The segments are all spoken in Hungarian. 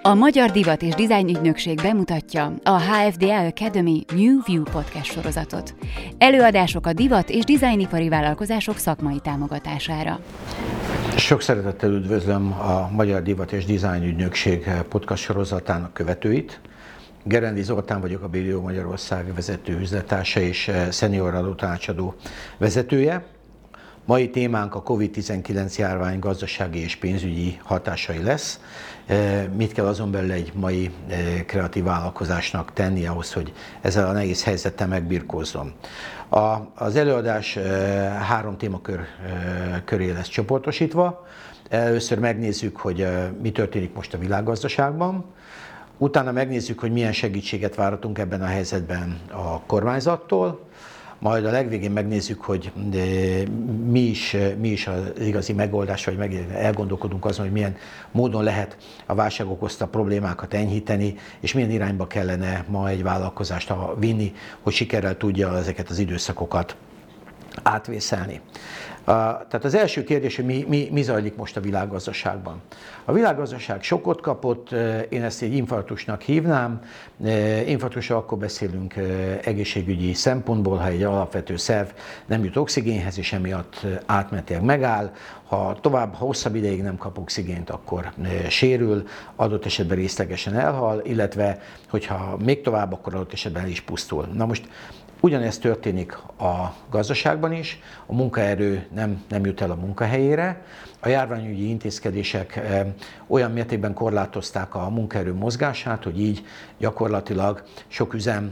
A Magyar Divat és Design Ügynökség bemutatja a HFDA Academy New View podcast sorozatot. Előadások a divat és dizájnipari vállalkozások szakmai támogatására. Sok szeretettel üdvözlöm a Magyar Divat és Design Ügynökség podcast sorozatának követőit. Gerendi Zoltán vagyok, a BDO Magyarország vezető üzlettársa és szenior adótanácsadó vezetője. Mai témánk a COVID-19 járvány gazdasági és pénzügyi hatásai lesz. Mit kell azon belül egy mai kreatív vállalkozásnak tenni ahhoz, hogy ezzel a nehéz helyzettel megbirkózzon. Az előadás három témakör köré lesz csoportosítva. Először megnézzük, hogy mi történik most a világgazdaságban. Utána megnézzük, hogy milyen segítséget várhatunk ebben a helyzetben a kormányzattól. Majd a legvégén megnézzük, hogy mi is az igazi megoldás, vagy elgondolkodunk azon, hogy milyen módon lehet a válság okozta problémákat enyhíteni, és milyen irányba kellene ma egy vállalkozást vinni, hogy sikerrel tudja ezeket az időszakokat átvészelni. Tehát az első kérdés, hogy mi zajlik most a világgazdaságban. A világgazdaság sokkot kapott, én ezt egy infarktusnak hívnám. Infarktusra akkor beszélünk egészségügyi szempontból, ha egy alapvető szerv nem jut oxigénhez, és emiatt átmenetileg megáll. Ha hosszabb ideig nem kap oxigént, akkor sérül, adott esetben részlegesen elhal, illetve hogyha még tovább, akkor adott esetben el is pusztul. Na most ugyanezt történik a gazdaságban is, a munkaerő nem jut el a munkahelyére, a járványügyi intézkedések olyan mértékben korlátozták a munkaerő mozgását, hogy így gyakorlatilag sok üzem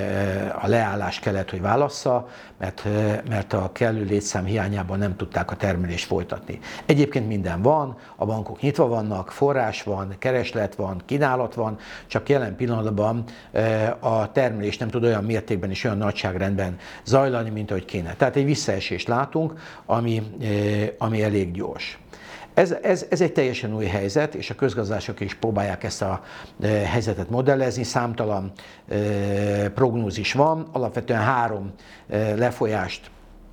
a leállást kellett, hogy válassza, mert a kellő létszám hiányában nem tudták a termelést folytatni. Egyébként minden van, a bankok nyitva vannak, forrás van, kereslet van, kínálat van, csak jelen pillanatban a termelés nem tud olyan mértékben és olyan nagyságrendben zajlani, mint ahogy kéne. Tehát egy visszaesést látunk, ami elég gyors. Ez egy teljesen új helyzet, és a közgazdászok is próbálják ezt a helyzetet modellezni. Számtalan prognózis van, alapvetően három lefolyást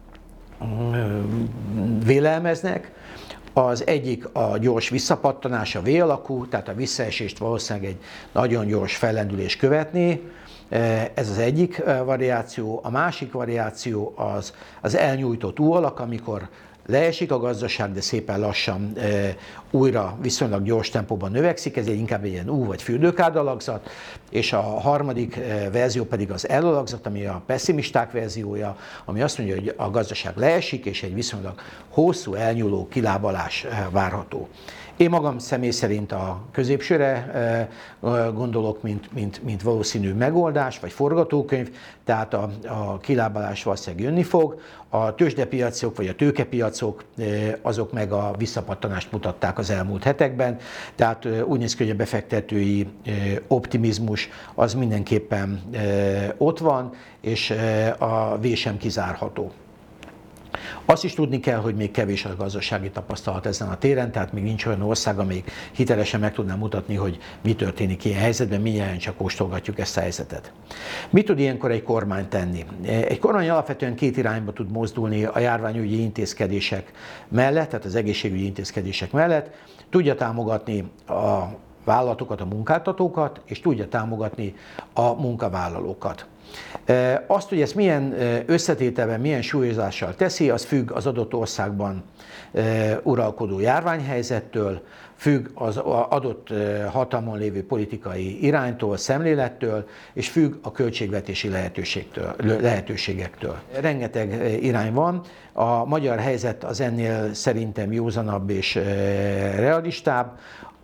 vélelmeznek. Az egyik a gyors visszapattanás, a V-alakú, tehát a visszaesést valószínűleg egy nagyon gyors fellendülés követné. Ez az egyik variáció. A másik variáció az elnyújtott U-alak, amikor leesik a gazdaság, de szépen lassan újra viszonylag gyors tempóban növekszik, ez inkább egy ilyen U vagy fürdőkád alakzat, és a harmadik verzió pedig az L alakzat, ami a pessimisták verziója, ami azt mondja, hogy a gazdaság leesik, és egy viszonylag hosszú, elnyúló kilábalás várható. Én magam személy szerint a középsőre gondolok, mint valószínű megoldás, vagy forgatókönyv, tehát a kilábalás valószínűleg jönni fog. A tőzsdepiacok, vagy a tőkepiacok, azok meg a visszapattanást mutatták az elmúlt hetekben, tehát úgy néz ki, hogy a befektetői optimizmus az mindenképpen ott van, és a V sem kizárható. Azt is tudni kell, hogy még kevés a gazdasági tapasztalat ezen a téren, tehát még nincs olyan ország, amelyik hitelesen meg tudná mutatni, hogy mi történik ilyen helyzetben, mindjárt csak kóstolgatjuk ezt a helyzetet. Mit tud ilyenkor egy kormány tenni? Egy kormány alapvetően két irányba tud mozdulni a járványügyi intézkedések mellett, tehát az egészségügyi intézkedések mellett, tudja támogatni a vállalatokat, a munkáltatókat, és tudja támogatni a munkavállalókat. Azt, hogy ezt milyen összetételben, milyen súlyozással teszi, az függ az adott országban uralkodó járványhelyzettől, függ az adott hatalmon lévő politikai iránytól, szemlélettől, és függ a költségvetési lehetőségektől. Rengeteg irány van, a magyar helyzet az ennél szerintem józanabb és realistább.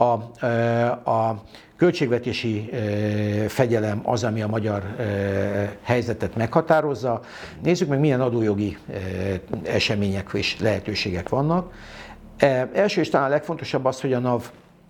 A költségvetési fegyelem az, ami a magyar helyzetet meghatározza. Nézzük meg, milyen adójogi események és lehetőségek vannak. Első és talán a legfontosabb az, hogy a NAV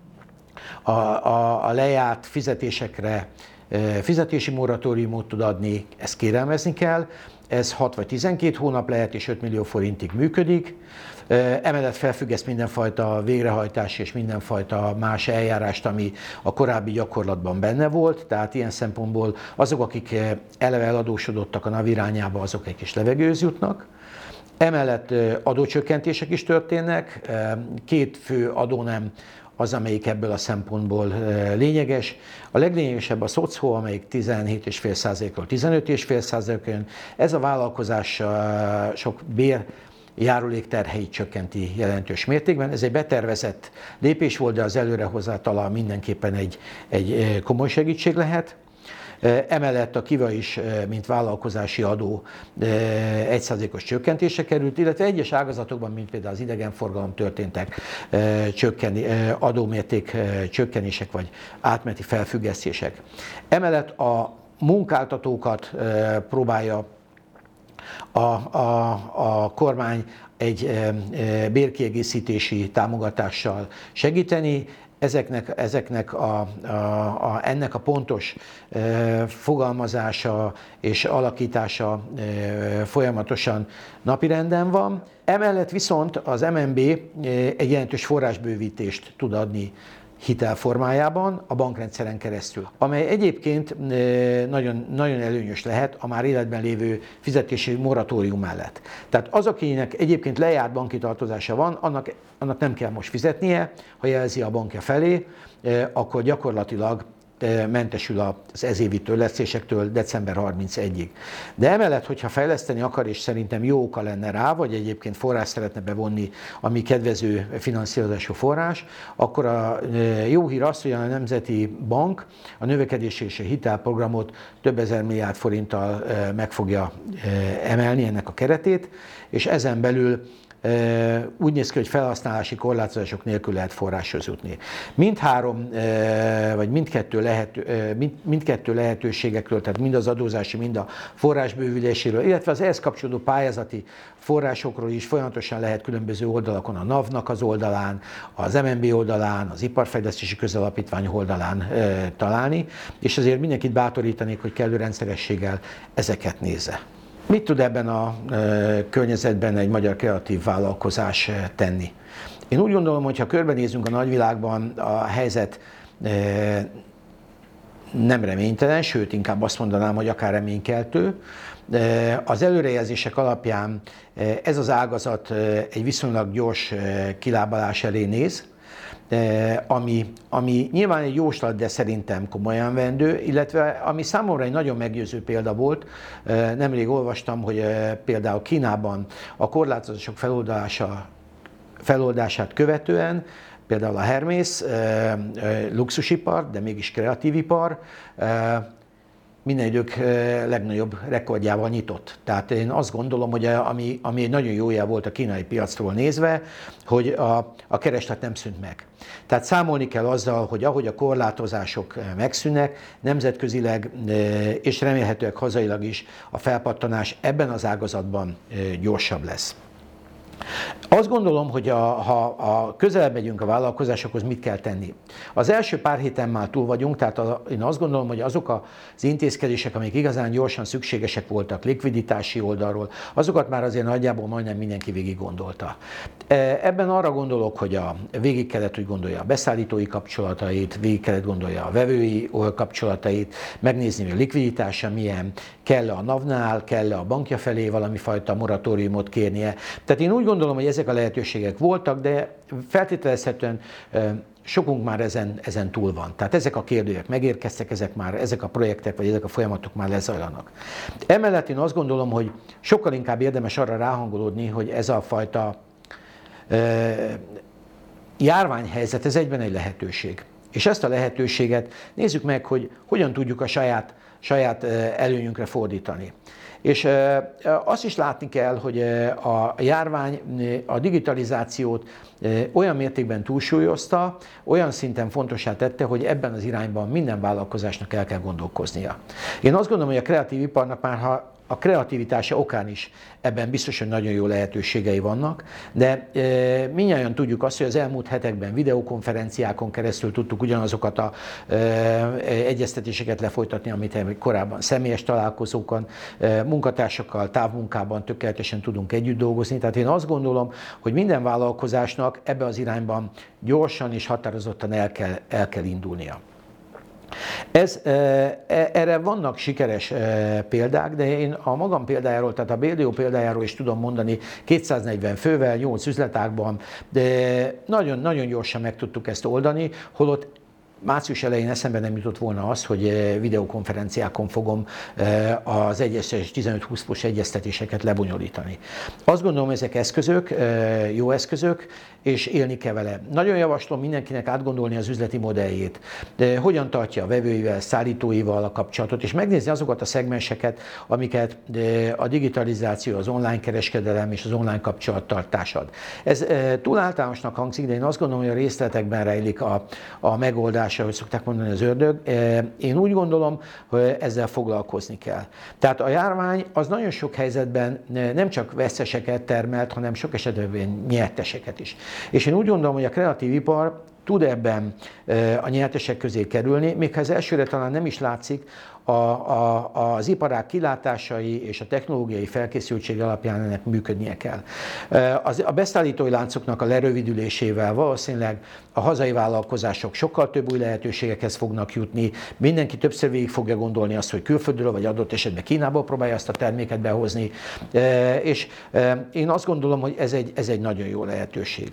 a lejárt fizetésekre fizetési moratóriumot tud adni, ezt kérelmezni kell. Ez 6 vagy 12 hónap lehet, és 5 millió forintig működik. Emellett felfüggeszt mindenfajta végrehajtás és mindenfajta más eljárást, ami a korábbi gyakorlatban benne volt, tehát ilyen szempontból azok, akik eleve eladósodottak a NAV irányába, azok egy kis levegőhöz jutnak. Emellett adócsökkentések is történnek, két fő adónem az, amelyik ebből a szempontból lényeges. A leglényegesebb a SZOCHO, amelyik 17,5%-ról 15,5%-ra jön. Ez a vállalkozás sok bér járulékterheit csökkenti jelentős mértékben. Ez egy betervezett lépés volt, de az előrehozatala mindenképpen egy komoly segítség lehet. Emellett a KIVA is, mint vállalkozási adó 1%-os csökkentése került, illetve egyes ágazatokban, mint például az idegenforgalom történtek adómérték csökkenések vagy átmeneti felfüggesztések. Emellett a munkáltatókat próbálja a kormány egy bérkiegészítési támogatással segíteni. Ennek a pontos fogalmazása és alakítása folyamatosan napirenden van. Emellett viszont az MNB egy jelentős forrásbővítést tud adni hitel formájában a bankrendszeren keresztül, amely egyébként nagyon, nagyon előnyös lehet a már életben lévő fizetési moratórium mellett. Tehát az, akinek egyébként lejárt banki tartozása van, annak nem kell most fizetnie, ha jelzi a bankja felé, akkor gyakorlatilag mentesül az ezévi törlesztésektől december 31-ig. De emellett, hogyha fejleszteni akar, és szerintem jó oka lenne rá, vagy egyébként forrás szeretne bevonni, ami kedvező finanszírozású forrás, akkor a jó hír az, hogy a Nemzeti Bank a növekedési és a hitelprogramot több ezer milliárd forinttal meg fogja emelni ennek a keretét, és ezen belül úgy néz ki, hogy felhasználási korlátozások nélkül lehet forráshoz jutni. Mindkettő lehetőségekről, tehát mind az adózási, mind a forrásbővüléséről, illetve az ehhez kapcsolódó pályázati forrásokról is folyamatosan lehet különböző oldalakon, a NAV-nak az oldalán, az MNB oldalán, az Iparfejlesztési Közalapítvány oldalán találni, és azért mindenkit bátorítanék, hogy kellő rendszerességgel ezeket nézze. Mit tud ebben a környezetben egy magyar kreatív vállalkozás tenni? Én úgy gondolom, hogy ha körbenézünk a nagyvilágban, a helyzet nem reménytelen, sőt, inkább azt mondanám, hogy akár reménykeltő. Az előrejelzések alapján ez az ágazat egy viszonylag gyors kilábalás elé néz, ami nyilván egy jóslat, de szerintem komolyan vendő, illetve ami számomra egy nagyon meggyőző példa volt. Nemrég olvastam, hogy például Kínában a korlátozások feloldását követően például a Hermész luxusipar, de mégis kreatív ipar, minden idők legnagyobb rekordjával nyitott. Tehát én azt gondolom, hogy ami egy nagyon jó jel volt a kínai piacról nézve, hogy a kereslet nem szűnt meg. Tehát számolni kell azzal, hogy ahogy a korlátozások megszűnnek, nemzetközileg és remélhetőleg hazailag is a felpattanás ebben az ágazatban gyorsabb lesz. Azt gondolom, hogy ha közelebb megyünk a vállalkozásokhoz, mit kell tenni. Az első pár héten már túl vagyunk, tehát én azt gondolom, hogy azok az intézkedések, amik igazán gyorsan szükségesek voltak likviditási oldalról, azokat már azért nagyjából majdnem mindenki végig gondolta. Ebben arra gondolok, hogy végig kellett, hogy gondolja a beszállítói kapcsolatait, végig kellett gondolja a vevői kapcsolatait, megnézni, hogy a likviditása milyen, kell-e a NAV-nál, kell-e a bankja felé valami fajta moratóriumot kérnie. Tehát én úgy gondolom, hogy ezek a lehetőségek voltak, de feltételezhetően sokunk már ezen túl van. Tehát ezek a kérdőjek megérkeztek, ezek a projektek, vagy ezek a folyamatok már lezajlanak. Emellett én azt gondolom, hogy sokkal inkább érdemes arra ráhangolódni, hogy ez a fajta járványhelyzet, ez egyben egy lehetőség. És ezt a lehetőséget nézzük meg, hogy hogyan tudjuk a saját előnyünkre fordítani. És azt is látni kell, hogy a járvány a digitalizációt olyan mértékben túlsúlyozta, olyan szinten fontossá tette, hogy ebben az irányban minden vállalkozásnak el kell gondolkoznia. Én azt gondolom, hogy a kreatív iparnak már a kreativitása okán is ebben biztos, hogy nagyon jó lehetőségei vannak, de mindnyájan tudjuk azt, hogy az elmúlt hetekben videokonferenciákon keresztül tudtuk ugyanazokat az egyeztetéseket lefolytatni, amit korábban személyes találkozókon, munkatársakkal, távmunkában tökéletesen tudunk együtt dolgozni. Tehát én azt gondolom, hogy minden vállalkozásnak ebbe az irányban gyorsan és határozottan el kell indulnia. Erre vannak sikeres példák, de én a magam példájáról, tehát a BDO példájáról is tudom mondani, 240 fővel, 8 üzletágban, de nagyon gyorsan meg tudtuk ezt oldani, holott március elején eszembe nem jutott volna az, hogy videokonferenciákon fogom az 1-es 15-20-os egyeztetéseket lebonyolítani. Azt gondolom, ezek eszközök, jó eszközök, és élni kell vele. Nagyon javaslom mindenkinek átgondolni az üzleti modelljét, de hogyan tartja a vevőivel, szállítóival a kapcsolatot, és megnézni azokat a szegmenseket, amiket a digitalizáció, az online kereskedelem és az online kapcsolattartás ad. Ez túl általánosnak hangzik, de én azt gondolom, hogy a részletekben rejlik a megoldás, ahogy szokták mondani az ördög. Én úgy gondolom, hogy ezzel foglalkozni kell. Tehát a járvány az nagyon sok helyzetben nem csak veszteseket termelt, hanem sok esetben nyerteseket is. És én úgy gondolom, hogy a kreatív ipar tud ebben a nyertesek közé kerülni, még ha ez elsőre talán nem is látszik, az iparág kilátásai és a technológiai felkészültség alapján ennek működnie kell. A beszállítói láncoknak a lerövidülésével valószínűleg a hazai vállalkozások sokkal több új lehetőségekhez fognak jutni, mindenki többször végig fogja gondolni azt, hogy külföldről vagy adott esetben Kínából próbálja azt a terméket behozni, és én azt gondolom, hogy ez egy nagyon jó lehetőség.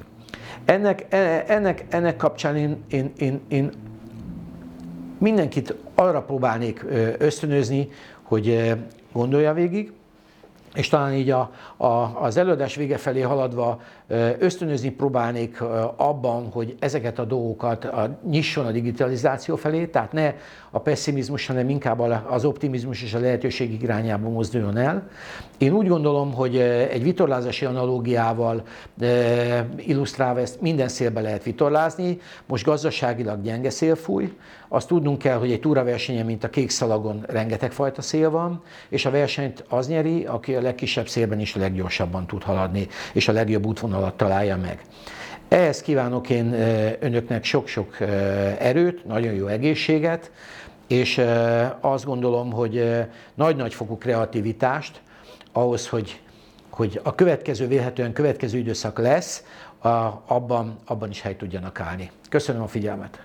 Ennek kapcsán én mindenkit arra próbálnék ösztönözni, hogy gondolja végig, és talán így az előadás vége felé haladva ösztönözni próbálnék abban, hogy ezeket a dolgokat nyisson a digitalizáció felé, tehát ne a pesszimizmus, hanem inkább az optimizmus és a lehetőség irányába mozduljon el. Én úgy gondolom, hogy egy vitorlázási analógiával illusztrálva ezt minden szélbe lehet vitorlázni. Most gazdaságilag gyenge szél fúj, azt tudnunk kell, hogy egy túraversenyen, mint a kék szalagon rengeteg fajta szél van, és a versenyt az nyeri, aki a legkisebb szélben is a leggyorsabban tud haladni, és a legjobb útvonalat találja meg. Ehhez kívánok én önöknek sok-sok erőt, nagyon jó egészséget, és azt gondolom, hogy nagy-nagy fokú kreativitást ahhoz, hogy a következő, vélhetően következő időszak lesz, abban is helyt tudjanak állni. Köszönöm a figyelmet!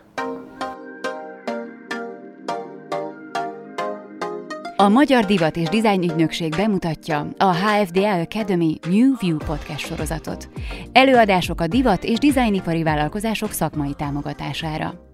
A Magyar Divat és Design Ügynökség bemutatja a HFDA Academy New View podcast sorozatot. Előadások a divat és dizájnipari vállalkozások szakmai támogatására.